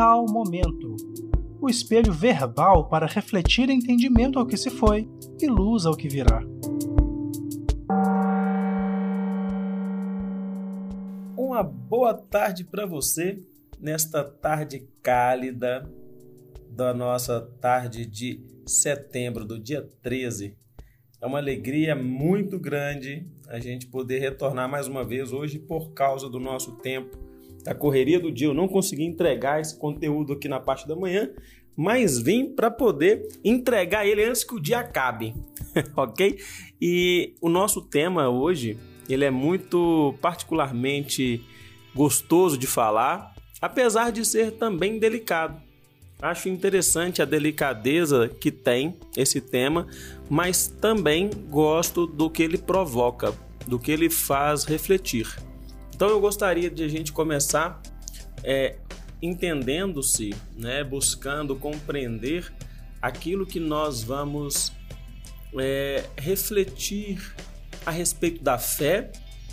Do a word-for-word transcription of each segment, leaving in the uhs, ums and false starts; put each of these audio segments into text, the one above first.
tal momento. O espelho verbal para refletir entendimento ao que se foi e luz ao que virá. Uma boa tarde para você, nesta tarde cálida da nossa tarde de setembro, do dia treze. É uma alegria muito grande a gente poder retornar mais uma vez hoje por causa do nosso tempo, da correria do dia. Eu não consegui entregar esse conteúdo aqui na parte da manhã, mas vim para poder entregar ele antes que o dia acabe, ok? E o nosso tema hoje, ele é muito particularmente gostoso de falar, apesar de ser também delicado. Acho interessante a delicadeza que tem esse tema, mas também gosto do que ele provoca, do que ele faz refletir. Então eu gostaria de a gente começar é, entendendo-se, né, buscando compreender aquilo que nós vamos é, refletir a respeito da fé,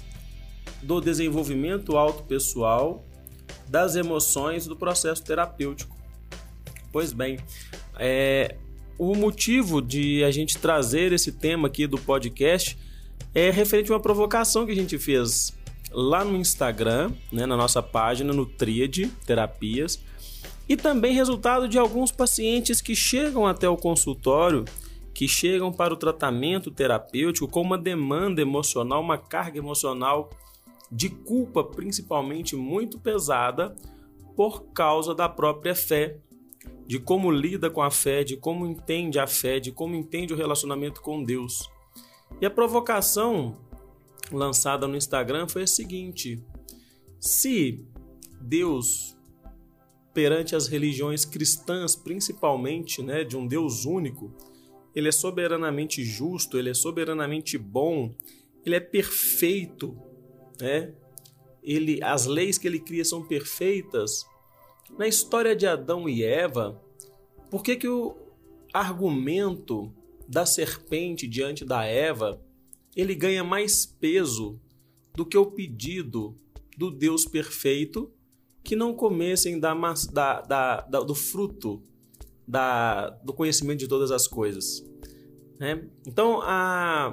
do desenvolvimento autopessoal, das emoções e do processo terapêutico. Pois bem, é, o motivo de a gente trazer esse tema aqui do podcast é referente a uma provocação que a gente fez lá no Instagram, né, na nossa página, no Tríade Terapias, e também resultado de alguns pacientes que chegam até o consultório, que chegam para o tratamento terapêutico com uma demanda emocional, uma carga emocional de culpa, principalmente muito pesada, por causa da própria fé, de como lida com a fé, de como entende a fé, de como entende o relacionamento com Deus. E a provocação lançada no Instagram foi a seguinte: se Deus, perante as religiões cristãs, principalmente, né, de um Deus único, ele é soberanamente justo, ele é soberanamente bom, ele é perfeito, né? Ele, as leis que ele cria são perfeitas. Na história de Adão e Eva, por que que o argumento da serpente diante da Eva, ele ganha mais peso do que o pedido do Deus perfeito que não comessem da, da, da, da, do fruto da, do conhecimento de todas as coisas, né? Então, a,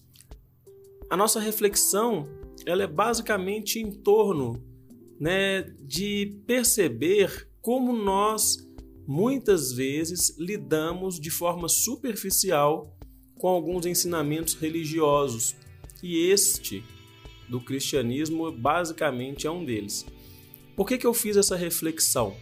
a nossa reflexão ela é basicamente em torno, né, de perceber como nós muitas vezes lidamos de forma superficial com alguns ensinamentos religiosos, e este do cristianismo basicamente é um deles. Por que que eu fiz essa reflexão?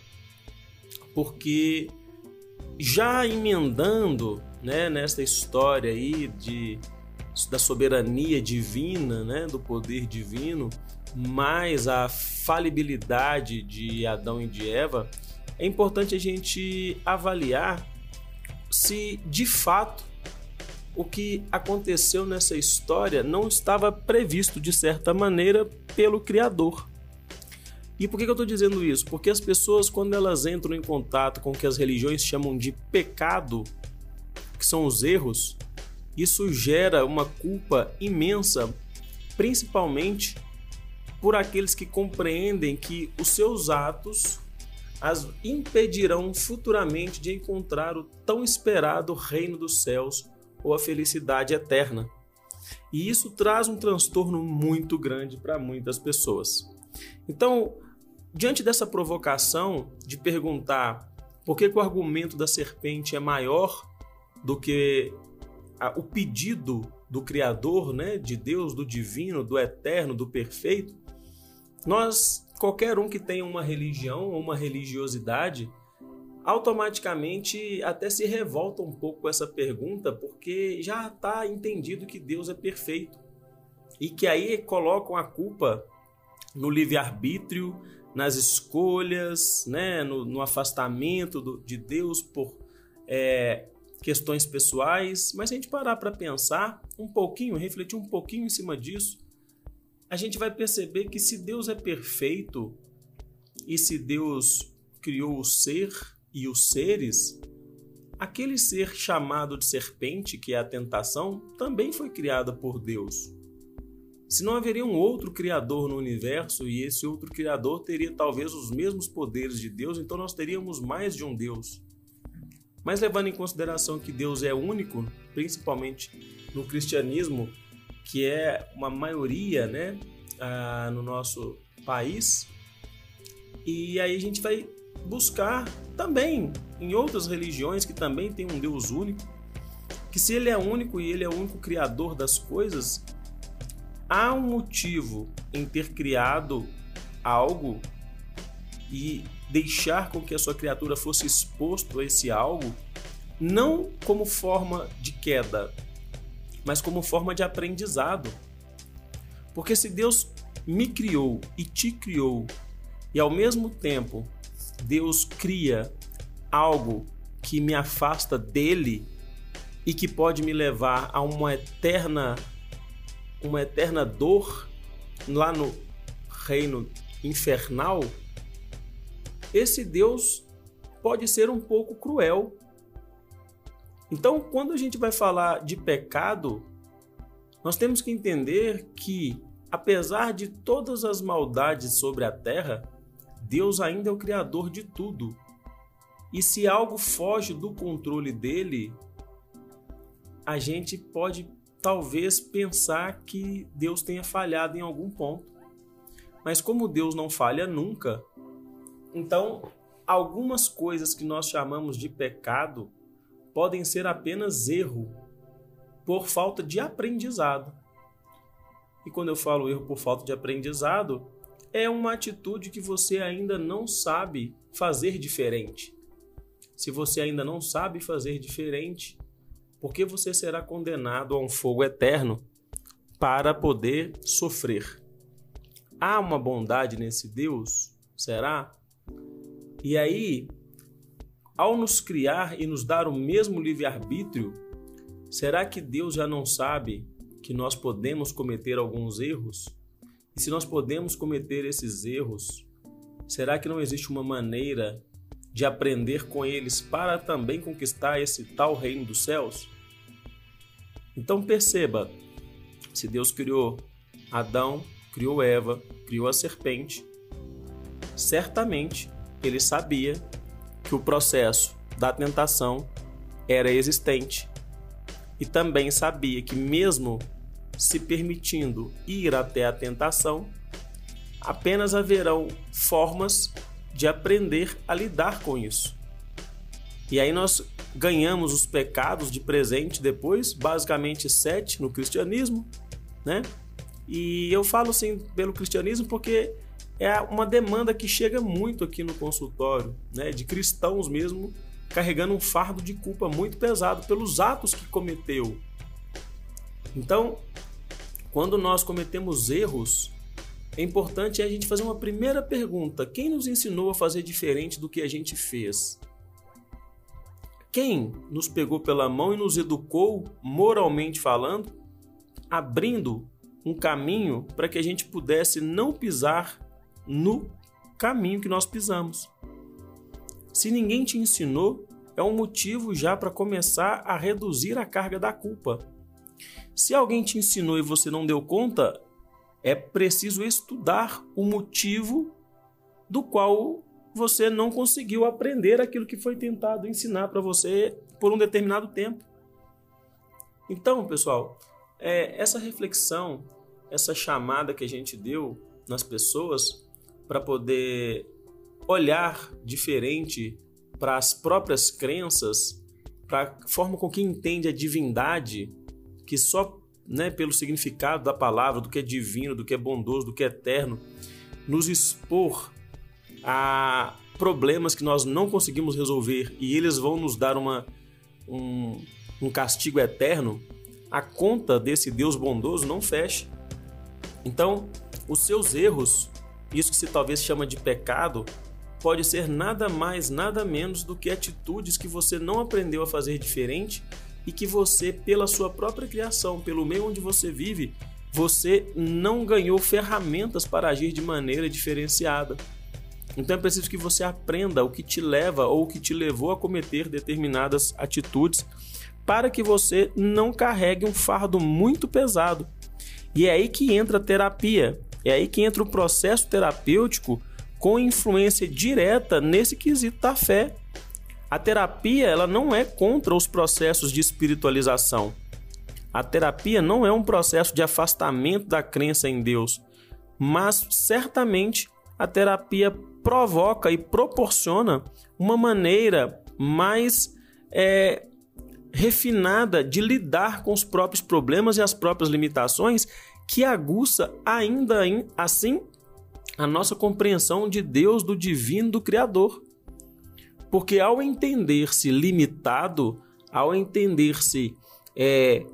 Porque já emendando, né, nesta história aí de, da soberania divina, né, do poder divino, mais a falibilidade de Adão e de Eva, é importante a gente avaliar se, de fato, o que aconteceu nessa história não estava previsto, de certa maneira, pelo Criador. E por que eu estou dizendo isso? Porque as pessoas, quando elas entram em contato com o que as religiões chamam de pecado, que são os erros, isso gera uma culpa imensa, principalmente por aqueles que compreendem que os seus atos as impedirão futuramente de encontrar o tão esperado reino dos céus ou a felicidade eterna. E isso traz um transtorno muito grande para muitas pessoas. Então, diante dessa provocação de perguntar por que que o argumento da serpente é maior do que a, o pedido do Criador, né, de Deus, do divino, do eterno, do perfeito, nós, qualquer um que tenha uma religião ou uma religiosidade, automaticamente até se revolta um pouco com essa pergunta, porque já está entendido que Deus é perfeito e que aí colocam a culpa no livre-arbítrio, nas escolhas, né, no, no afastamento do, de Deus por é, questões pessoais. Mas se a gente parar para pensar um pouquinho, refletir um pouquinho em cima disso, a gente vai perceber que se Deus é perfeito e se Deus criou o ser e os seres, aquele ser chamado de serpente, que é a tentação, também foi criada por Deus. se não haveria um outro criador no universo e esse outro criador teria talvez os mesmos poderes de Deus, então nós teríamos mais de um Deus. Mas levando em consideração que Deus é único, principalmente no cristianismo, que é uma maioria, né, ah, no nosso país, e aí a gente vai buscar também em outras religiões que também tem um Deus único, que se ele é único e ele é o único criador das coisas, há um motivo em ter criado algo e deixar com que a sua criatura fosse exposto a esse algo, não como forma de queda, mas como forma de aprendizado. Porque se Deus me criou e te criou, e ao mesmo tempo Deus cria algo que me afasta dele e que pode me levar a uma eterna, uma eterna dor lá no reino infernal, esse Deus pode ser um pouco cruel. Então, quando a gente vai falar de pecado, nós temos que entender que, apesar de todas as maldades sobre a terra, Deus ainda é o criador de tudo. E se algo foge do controle dele, a gente pode talvez pensar que Deus tenha falhado em algum ponto. Mas como Deus não falha nunca, então algumas coisas que nós chamamos de pecado podem ser apenas erro por falta de aprendizado. E quando eu falo erro por falta de aprendizado, é uma atitude que você ainda não sabe fazer diferente. Se você ainda não sabe fazer diferente, por que você será condenado a um fogo eterno para poder sofrer? Há uma bondade nesse Deus? Será? E aí, ao nos criar e nos dar o mesmo livre-arbítrio, será que Deus já não sabe que nós podemos cometer alguns erros? E se nós podemos cometer esses erros, será que não existe uma maneira de aprender com eles para também conquistar esse tal reino dos céus? Então perceba, se Deus criou Adão, criou Eva, criou a serpente, certamente ele sabia que o processo da tentação era existente e também sabia que mesmo se permitindo ir até a tentação, apenas haverão formas de aprender a lidar com isso. E aí nós ganhamos os pecados de presente depois, basicamente sete no cristianismo, né? E eu falo assim pelo cristianismo porque é uma demanda que chega muito aqui no consultório, né? De cristãos mesmo carregando um fardo de culpa muito pesado pelos atos que cometeu. Então, quando nós cometemos erros, é importante a gente fazer uma primeira pergunta: quem nos ensinou a fazer diferente do que a gente fez? Quem nos pegou pela mão e nos educou, moralmente falando, abrindo um caminho para que a gente pudesse não pisar no caminho que nós pisamos? Se ninguém te ensinou, é um motivo já para começar a reduzir a carga da culpa. Se alguém te ensinou e você não deu conta, é preciso estudar o motivo do qual você não conseguiu aprender aquilo que foi tentado ensinar para você por um determinado tempo. Então, pessoal, é, essa reflexão, essa chamada que a gente deu nas pessoas para poder olhar diferente para as próprias crenças, para a forma com que entende a divindade, que só, né, pelo significado da palavra, do que é divino, do que é bondoso, do que é eterno, nos expor a problemas que nós não conseguimos resolver e eles vão nos dar uma, um, um castigo eterno, a conta desse Deus bondoso não fecha. Então, os seus erros, isso que se talvez chama de pecado, pode ser nada mais, nada menos do que atitudes que você não aprendeu a fazer diferente e que você, pela sua própria criação, pelo meio onde você vive, você não ganhou ferramentas para agir de maneira diferenciada. Então é preciso que você aprenda o que te leva ou o que te levou a cometer determinadas atitudes para que você não carregue um fardo muito pesado. E é aí que entra a terapia, é aí que entra o processo terapêutico com influência direta nesse quesito da fé. A terapia, ela não é contra os processos de espiritualização. A terapia não é um processo de afastamento da crença em Deus, mas certamente a terapia provoca e proporciona uma maneira mais é, refinada de lidar com os próprios problemas e as próprias limitações, que aguça ainda assim a nossa compreensão de Deus, do divino, do Criador. Porque ao entender-se limitado, ao entender-se é,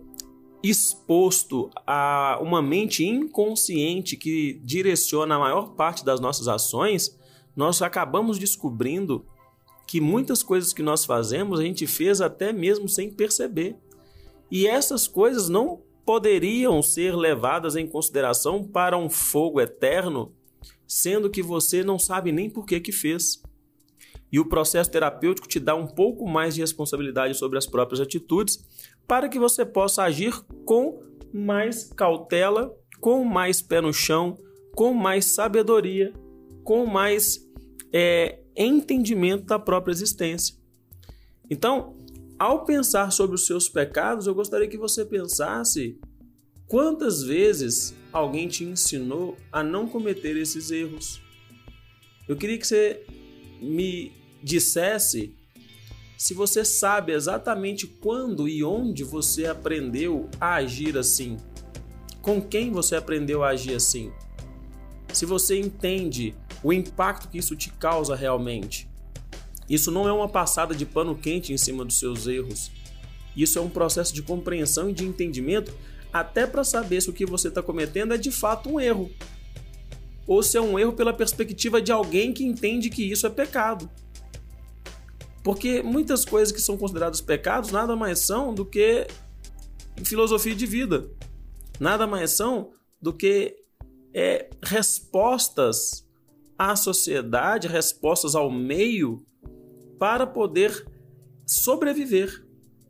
exposto a uma mente inconsciente que direciona a maior parte das nossas ações, nós acabamos descobrindo que muitas coisas que nós fazemos a gente fez até mesmo sem perceber. E essas coisas não poderiam ser levadas em consideração para um fogo eterno, sendo que você não sabe nem por que que fez. E o processo terapêutico te dá um pouco mais de responsabilidade sobre as próprias atitudes para que você possa agir com mais cautela, com mais pé no chão, com mais sabedoria, com mais é, entendimento da própria existência. Então, ao pensar sobre os seus pecados, eu gostaria que você pensasse quantas vezes alguém te ensinou a não cometer esses erros. Eu queria que você me dissesse se você sabe exatamente quando e onde você aprendeu a agir assim. Com quem você aprendeu a agir assim? Se você entende o impacto que isso te causa realmente. Isso não é uma passada de pano quente em cima dos seus erros. Isso é um processo de compreensão e de entendimento até para saber se o que você está cometendo é de fato um erro. Ou se é um erro pela perspectiva de alguém que entende que isso é pecado. Porque muitas coisas que são consideradas pecados nada mais são do que filosofia de vida. Nada mais são do que é, respostas à sociedade, respostas ao meio para poder sobreviver.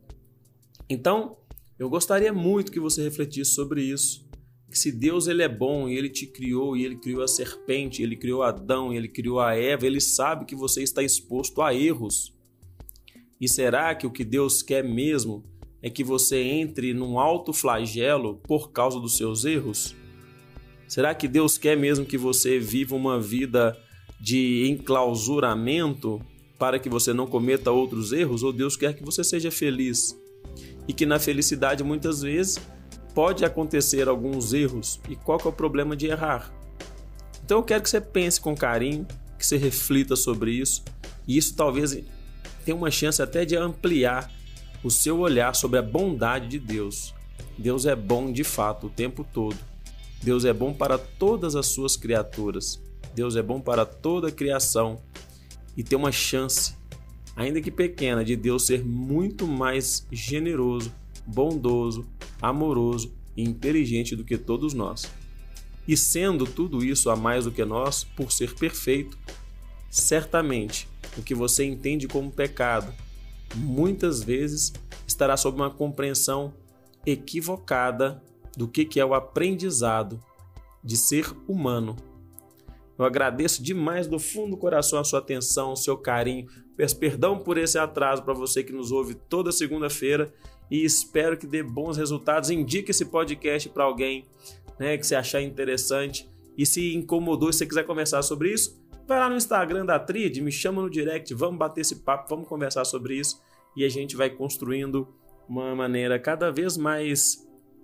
Então, eu gostaria muito que você refletisse sobre isso. Que se Deus ele é bom e Ele te criou, e Ele criou a serpente, Ele criou Adão, e Ele criou a Eva, Ele sabe que você está exposto a erros. E será que o que Deus quer mesmo é que você entre num alto flagelo por causa dos seus erros? Será que Deus quer mesmo que você viva uma vida de enclausuramento para que você não cometa outros erros? Ou Deus quer que você seja feliz? E que na felicidade muitas vezes pode acontecer alguns erros. E qual que é o problema de errar? Então eu quero que você pense com carinho, que você reflita sobre isso. E isso talvez tenha uma chance até de ampliar o seu olhar sobre a bondade de Deus. Deus é bom de fato o tempo todo. Deus é bom para todas as suas criaturas. Deus é bom para toda a criação. E tem uma chance, ainda que pequena, de Deus ser muito mais generoso, bondoso, amoroso e inteligente do que todos nós. E sendo tudo isso a mais do que nós, por ser perfeito, certamente o que você entende como pecado, muitas vezes estará sob uma compreensão equivocada do que é o aprendizado de ser humano. Eu agradeço demais do fundo do coração a sua atenção, o seu carinho. Peço perdão por esse atraso para você que nos ouve toda segunda-feira e espero que dê bons resultados. Indique esse podcast para alguém, né, que você achar interessante. E se incomodou, se você quiser conversar sobre isso, vai lá no Instagram da Tríade, me chama no direct, vamos bater esse papo, vamos conversar sobre isso e a gente vai construindo uma maneira cada vez mais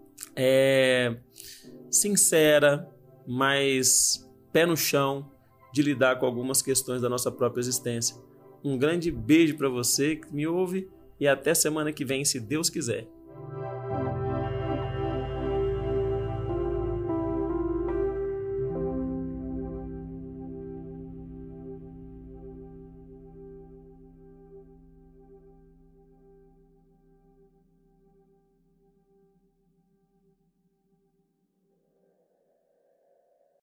é, sincera, mais pé no chão de lidar com algumas questões da nossa própria existência. Um grande beijo para você que me ouve e até semana que vem, se Deus quiser.